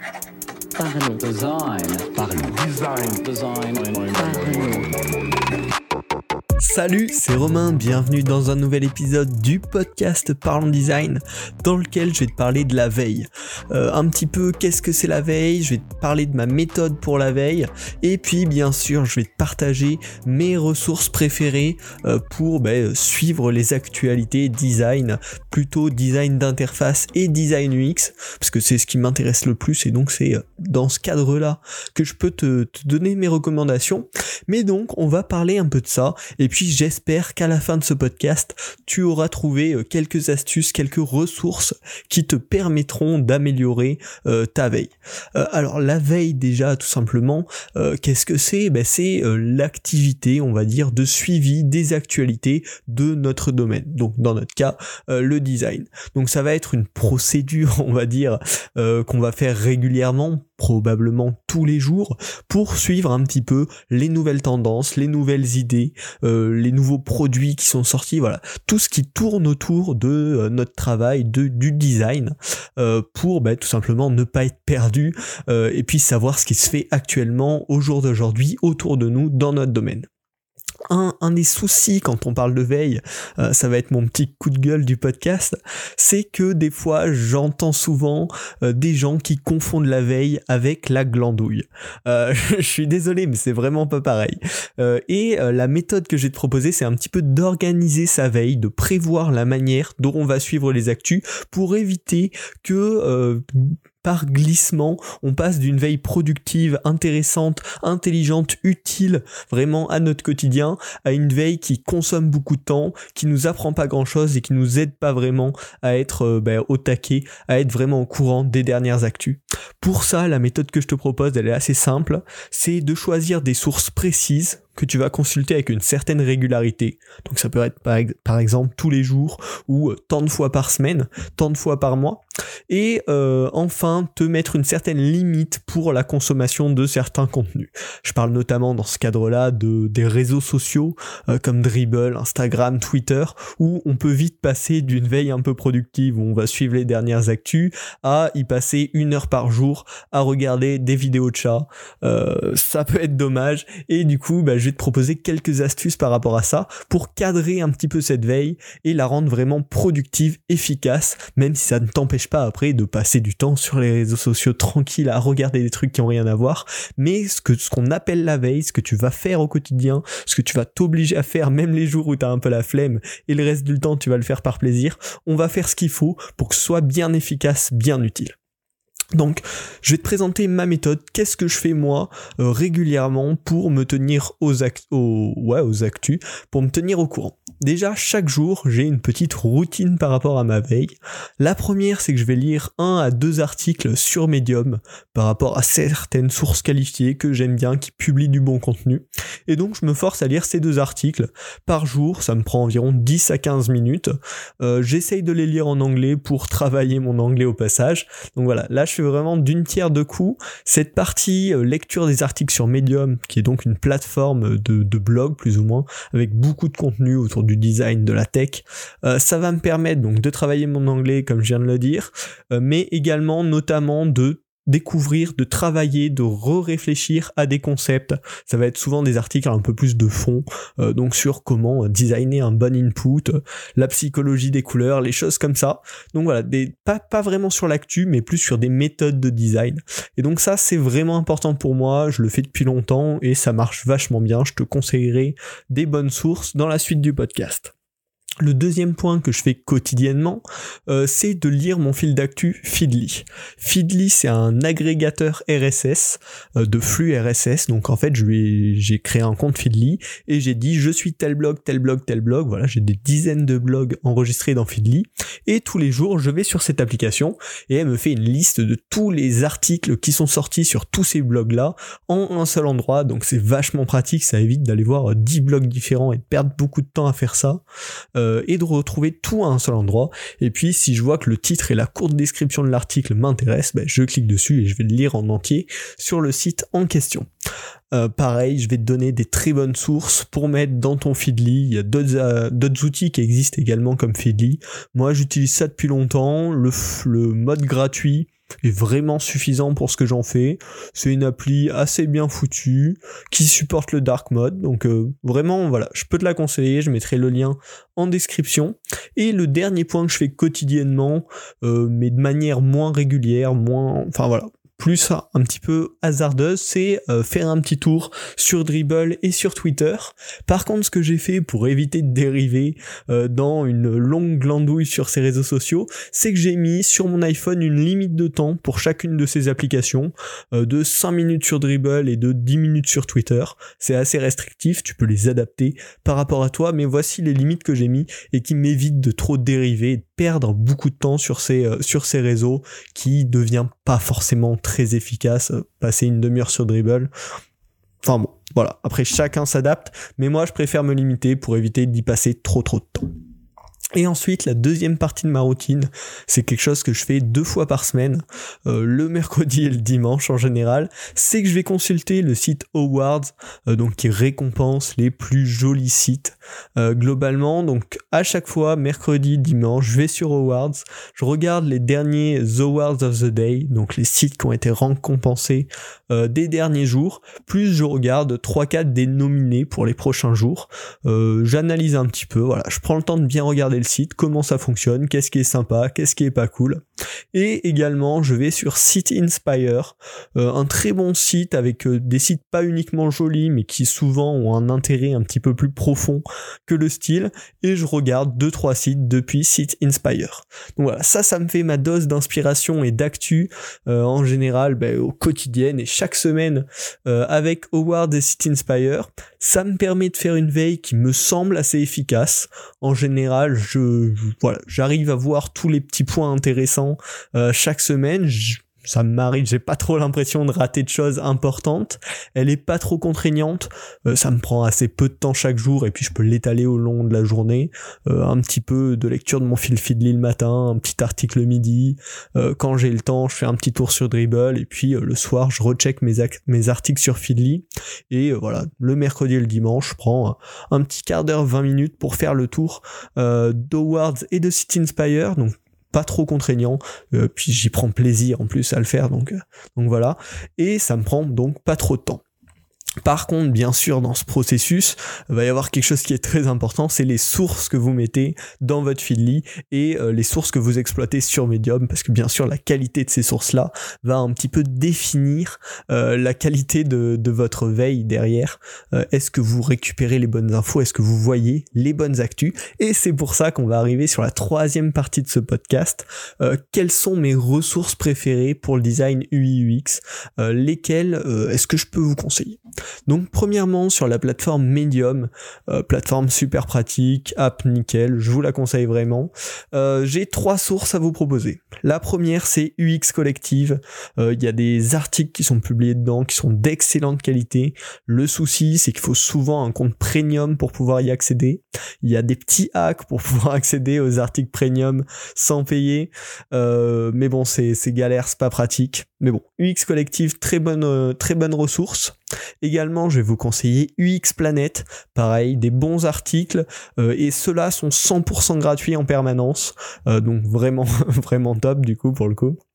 Parlons. Salut, c'est Romain, bienvenue dans un nouvel épisode du podcast Parlons Design, dans lequel je vais te parler de la veille. Un petit peu qu'est-ce que c'est la veille, je vais te parler de ma méthode pour la veille, et puis bien sûr je vais te partager mes ressources préférées pour suivre les actualités design, plutôt design d'interface et design UX, parce que c'est ce qui m'intéresse le plus, et donc c'est dans ce cadre-là que je peux te donner mes recommandations. Mais donc on va parler un peu de ça, et puis j'espère qu'à la fin de ce podcast, tu auras trouvé quelques astuces, quelques ressources qui te permettront d'améliorer ta veille. Alors la veille déjà tout simplement, qu'est-ce que c'est ? C'est l'activité, on va dire, de suivi des actualités de notre domaine. Donc dans notre cas, le design. Donc ça va être une procédure, on va dire, qu'on va faire régulièrement, probablement tous les jours, pour suivre un petit peu les nouvelles tendances, les nouvelles idées, les nouveaux produits qui sont sortis, voilà, tout ce qui tourne autour de notre travail, du design, pour tout simplement ne pas être perdu, et puis savoir ce qui se fait actuellement au jour d'aujourd'hui autour de nous dans notre domaine. Un des soucis quand on parle de veille, ça va être mon petit coup de gueule du podcast, c'est que des fois j'entends souvent des gens qui confondent la veille avec la glandouille. Je suis désolé mais c'est vraiment pas pareil. Et la méthode que je vais te proposer, c'est un petit peu d'organiser sa veille, de prévoir la manière dont on va suivre les actus pour éviter que par glissement, on passe d'une veille productive, intéressante, intelligente, utile vraiment à notre quotidien, à une veille qui consomme beaucoup de temps, qui nous apprend pas grand chose et qui nous aide pas vraiment à être au taquet, à être vraiment au courant des dernières actus. Pour ça, la méthode que je te propose, elle est assez simple, c'est de choisir des sources précises que tu vas consulter avec une certaine régularité. Donc ça peut être par exemple tous les jours ou tant de fois par semaine, tant de fois par mois. Et enfin, te mettre une certaine limite pour la consommation de certains contenus. Je parle notamment dans ce cadre-là des réseaux sociaux comme Dribbble, Instagram, Twitter, où on peut vite passer d'une veille un peu productive où on va suivre les dernières actus à y passer 1 heure par jour à regarder des vidéos de chats. Ça peut être dommage et du coup je vais te proposer quelques astuces par rapport à ça pour cadrer un petit peu cette veille et la rendre vraiment productive, efficace, même si ça ne t'empêche pas après de passer du temps sur les réseaux sociaux tranquille à regarder des trucs qui ont rien à voir, mais ce qu'on appelle la veille, ce que tu vas faire au quotidien, ce que tu vas t'obliger à faire même les jours où tu as un peu la flemme et le reste du temps tu vas le faire par plaisir, on va faire ce qu'il faut pour que ce soit bien efficace, bien utile. Donc, je vais te présenter ma méthode, qu'est-ce que je fais moi régulièrement pour me tenir aux actus, pour me tenir au courant. Déjà, chaque jour, j'ai une petite routine par rapport à ma veille. La première, c'est que je vais lire 1 à 2 articles sur Medium par rapport à certaines sources qualifiées que j'aime bien, qui publient du bon contenu. Et donc, je me force à lire ces 2 articles par jour, ça me prend environ 10 à 15 minutes. J'essaye de les lire en anglais pour travailler mon anglais au passage. Donc voilà, là, je fais vraiment d'une pierre deux coups. Cette partie lecture des articles sur Medium, qui est donc une plateforme de blog plus ou moins, avec beaucoup de contenu autour du design, de la tech, ça va me permettre donc de travailler mon anglais comme je viens de le dire, mais également notamment de découvrir, de travailler, de réfléchir à des concepts. Ça va être souvent des articles un peu plus de fond, donc sur comment designer un bon input, la psychologie des couleurs, les choses comme ça. Donc voilà, pas vraiment sur l'actu, mais plus sur des méthodes de design. Et donc ça, c'est vraiment important pour moi, je le fais depuis longtemps et ça marche vachement bien. Je te conseillerai des bonnes sources dans la suite du podcast. Le deuxième point que je fais quotidiennement, c'est de lire mon fil d'actu Feedly. Feedly, c'est un agrégateur RSS, de flux RSS. Donc en fait, j'ai créé un compte Feedly et j'ai dit je suis tel blog. Voilà, j'ai des dizaines de blogs enregistrés dans Feedly et tous les jours, je vais sur cette application et elle me fait une liste de tous les articles qui sont sortis sur tous ces blogs-là en un seul endroit. Donc c'est vachement pratique, ça évite d'aller voir 10 blogs différents et de perdre beaucoup de temps à faire ça. Et de retrouver tout à un seul endroit. Et puis si je vois que le titre et la courte description de l'article m'intéressent, je clique dessus et je vais le lire en entier sur le site en question. Pareil, je vais te donner des très bonnes sources pour mettre dans ton Feedly. Il y a d'autres outils qui existent également comme Feedly. Moi, j'utilise ça depuis longtemps. Le mode gratuit, est vraiment suffisant pour ce que j'en fais. C'est une appli assez bien foutue, qui supporte le dark mode, donc vraiment voilà, je peux te la conseiller, je mettrai le lien en description. Et le dernier point que je fais quotidiennement, mais de manière moins régulière, plus un petit peu hasardeuse, c'est faire un petit tour sur Dribbble et sur Twitter. Par contre, ce que j'ai fait pour éviter de dériver dans une longue glandouille sur ces réseaux sociaux, c'est que j'ai mis sur mon iPhone une limite de temps pour chacune de ces applications, de 5 minutes sur Dribbble et de 10 minutes sur Twitter. C'est assez restrictif, tu peux les adapter par rapport à toi, mais voici les limites que j'ai mis et qui m'évitent de trop dériver et de perdre beaucoup de temps sur ces réseaux qui devient pas forcément très efficace, passer une demi-heure sur Dribbble. Enfin bon, voilà, après chacun s'adapte, mais moi je préfère me limiter pour éviter d'y passer trop de temps. Et ensuite, la deuxième partie de ma routine, c'est quelque chose que je fais 2 fois par semaine, le mercredi et le dimanche en général, c'est que je vais consulter le site Awards, donc qui récompense les plus jolis sites globalement. Donc à chaque fois, mercredi, dimanche, je vais sur Awards, je regarde les derniers Awards of the Day, donc les sites qui ont été récompensés des derniers jours, plus je regarde 3-4 des nominés pour les prochains jours, j'analyse un petit peu, voilà, je prends le temps de bien regarder le site, comment ça fonctionne, qu'est-ce qui est sympa, qu'est-ce qui est pas cool. Et également je vais sur Seatinspire, un très bon site avec des sites pas uniquement jolis mais qui souvent ont un intérêt un petit peu plus profond que le style, et je regarde 2-3 sites depuis Seatinspire. Donc voilà, ça me fait ma dose d'inspiration et d'actu en général au quotidien et chaque semaine avec Howard et Seatinspire. Ça me permet de faire une veille qui me semble assez efficace. En général, j'arrive à voir tous les petits points intéressants chaque semaine. Ça m'arrive, j'ai pas trop l'impression de rater de choses importantes. Elle est pas trop contraignante. Ça me prend assez peu de temps chaque jour et puis je peux l'étaler au long de la journée. Un petit peu de lecture de mon fil Feedly le matin, un petit article le midi. Quand j'ai le temps, je fais un petit tour sur Dribbble et puis le soir, je recheck mes articles sur Feedly. Et voilà, le mercredi et le dimanche, je prends un petit quart d'heure, 20 minutes pour faire le tour d'Awards et de Seatinspire. Donc pas trop contraignant, puis j'y prends plaisir en plus à le faire, donc voilà, et ça me prend donc pas trop de temps. Par contre, bien sûr, dans ce processus, il va y avoir quelque chose qui est très important, c'est les sources que vous mettez dans votre Feedly et les sources que vous exploitez sur Medium, parce que bien sûr, la qualité de ces sources-là va un petit peu définir la qualité de votre veille derrière. Est-ce que vous récupérez les bonnes infos? Est-ce que vous voyez les bonnes actus? Et c'est pour ça qu'on va arriver sur la 3e partie de ce podcast. Quelles sont mes ressources préférées pour le design UI UX? Lesquelles est-ce que je peux vous conseiller? Donc premièrement sur la plateforme Medium, plateforme super pratique, app nickel, je vous la conseille vraiment. J'ai 3 sources à vous proposer. La première c'est UX Collective, il y a des articles qui sont publiés dedans qui sont d'excellente qualité. Le souci c'est qu'il faut souvent un compte premium pour pouvoir y accéder. Il y a des petits hacks pour pouvoir accéder aux articles premium sans payer, mais bon c'est galère, c'est pas pratique. Mais bon, UX Collective, très bonne ressource. Également, je vais vous conseiller UX Planet, pareil, des bons articles, et ceux-là sont 100% gratuits en permanence, donc vraiment, vraiment top du coup pour le coup.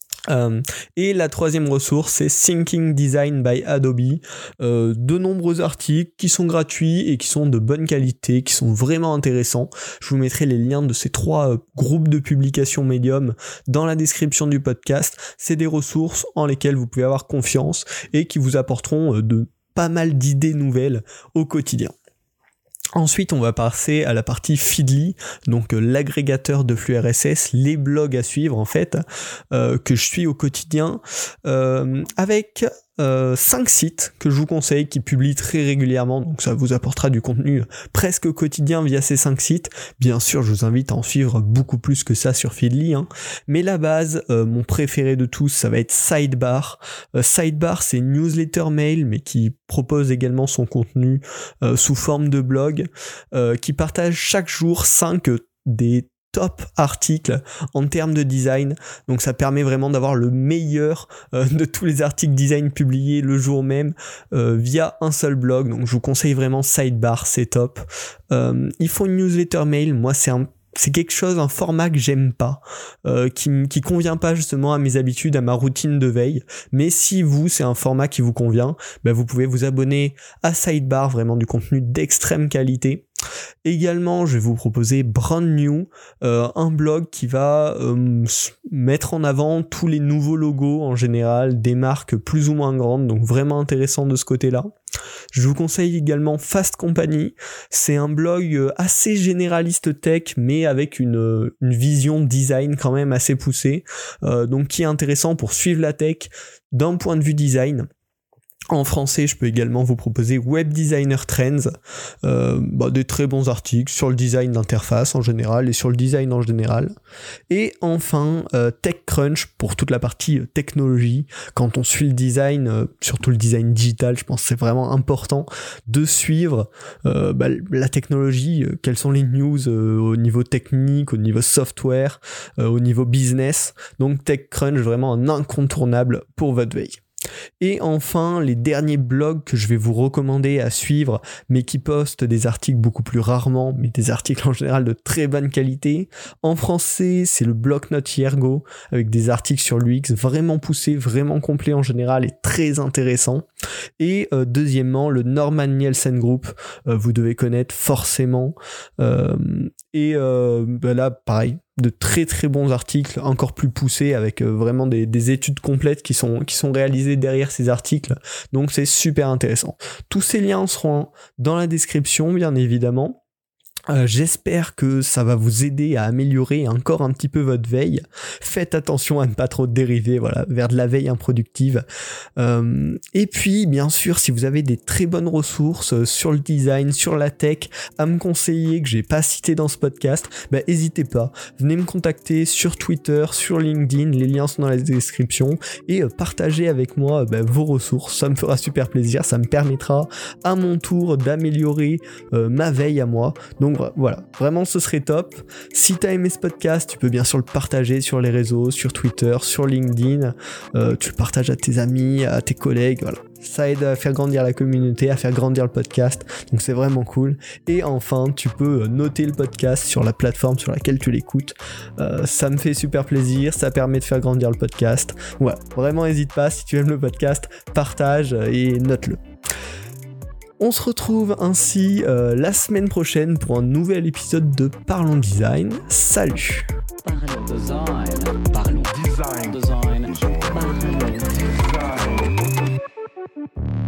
Et la 3e ressource c'est Thinking Design by Adobe, de nombreux articles qui sont gratuits et qui sont de bonne qualité, qui sont vraiment intéressants. Je vous mettrai les liens de ces 3 groupes de publication Medium dans la description du podcast. C'est des ressources en lesquelles vous pouvez avoir confiance et qui vous apporteront de pas mal d'idées nouvelles au quotidien. Ensuite, on va passer à la partie Feedly, donc l'agrégateur de flux RSS, les blogs à suivre en fait, que je suis au quotidien, avec 5 sites que je vous conseille qui publient très régulièrement, donc ça vous apportera du contenu presque quotidien via ces 5 sites. Bien sûr, je vous invite à en suivre beaucoup plus que ça sur Feedly, mais la base, mon préféré de tous, ça va être Sidebar. Sidebar, c'est une newsletter mail, mais qui propose également son contenu sous forme de blog, qui partage chaque jour 5 des top articles en termes de design, donc ça permet vraiment d'avoir le meilleur de tous les articles design publiés le jour même via un seul blog. Donc je vous conseille vraiment Sidebar, c'est top. Ils font une newsletter mail, moi c'est c'est quelque chose, un format que j'aime pas, qui convient pas justement à mes habitudes, à ma routine de veille. Mais si vous, c'est un format qui vous convient, vous pouvez vous abonner à Sidebar, vraiment du contenu d'extrême qualité. Également, je vais vous proposer Brand New, un blog qui va mettre en avant tous les nouveaux logos en général, des marques plus ou moins grandes, donc vraiment intéressant de ce côté-là. Je vous conseille également Fast Company, c'est un blog assez généraliste tech, mais avec une vision design quand même assez poussée, donc qui est intéressant pour suivre la tech d'un point de vue design. En français, je peux également vous proposer Web Designer Trends, des très bons articles sur le design d'interface en général et sur le design en général. Et enfin, TechCrunch pour toute la partie technologie. Quand on suit le design, surtout le design digital, je pense que c'est vraiment important de suivre la technologie, quelles sont les news au niveau technique, au niveau software, au niveau business. Donc TechCrunch, vraiment un incontournable pour votre veille. Et enfin, les derniers blogs que je vais vous recommander à suivre, mais qui postent des articles beaucoup plus rarement, mais des articles en général de très bonne qualité. En français, c'est le Bloc Notes Yergo, avec des articles sur l'UX vraiment poussés, vraiment complets en général et très intéressants. Et deuxièmement, le Norman Nielsen Group, vous devez connaître forcément. Là, pareil, de très très bons articles encore plus poussés avec vraiment des études complètes qui sont réalisées derrière ces articles, donc c'est super intéressant. Tous ces liens seront dans la description bien évidemment. J'espère que ça va vous aider à améliorer encore un petit peu votre veille. Faites attention à ne pas trop dériver vers de la veille improductive. Et puis, bien sûr, si vous avez des très bonnes ressources sur le design, sur la tech, à me conseiller que j'ai pas cité dans ce podcast, n'hésitez pas. Venez me contacter sur Twitter, sur LinkedIn, les liens sont dans la description, et partagez avec moi vos ressources. Ça me fera super plaisir, ça me permettra à mon tour d'améliorer ma veille à moi. Donc voilà, vraiment ce serait top. Si t'as aimé ce podcast, tu peux bien sûr le partager sur les réseaux, sur Twitter, sur LinkedIn, tu le partages à tes amis, à tes collègues, voilà. Ça aide à faire grandir la communauté, à faire grandir le podcast, donc c'est vraiment cool. Et enfin, tu peux noter le podcast sur la plateforme sur laquelle tu l'écoutes. Ça me fait super plaisir, ça permet de faire grandir le podcast. Voilà, vraiment n'hésite pas, si tu aimes le podcast, partage et note-le. On se retrouve ainsi la semaine prochaine pour un nouvel épisode de Parlons Design. Salut! Parlons design. Parlons design. Parlons design.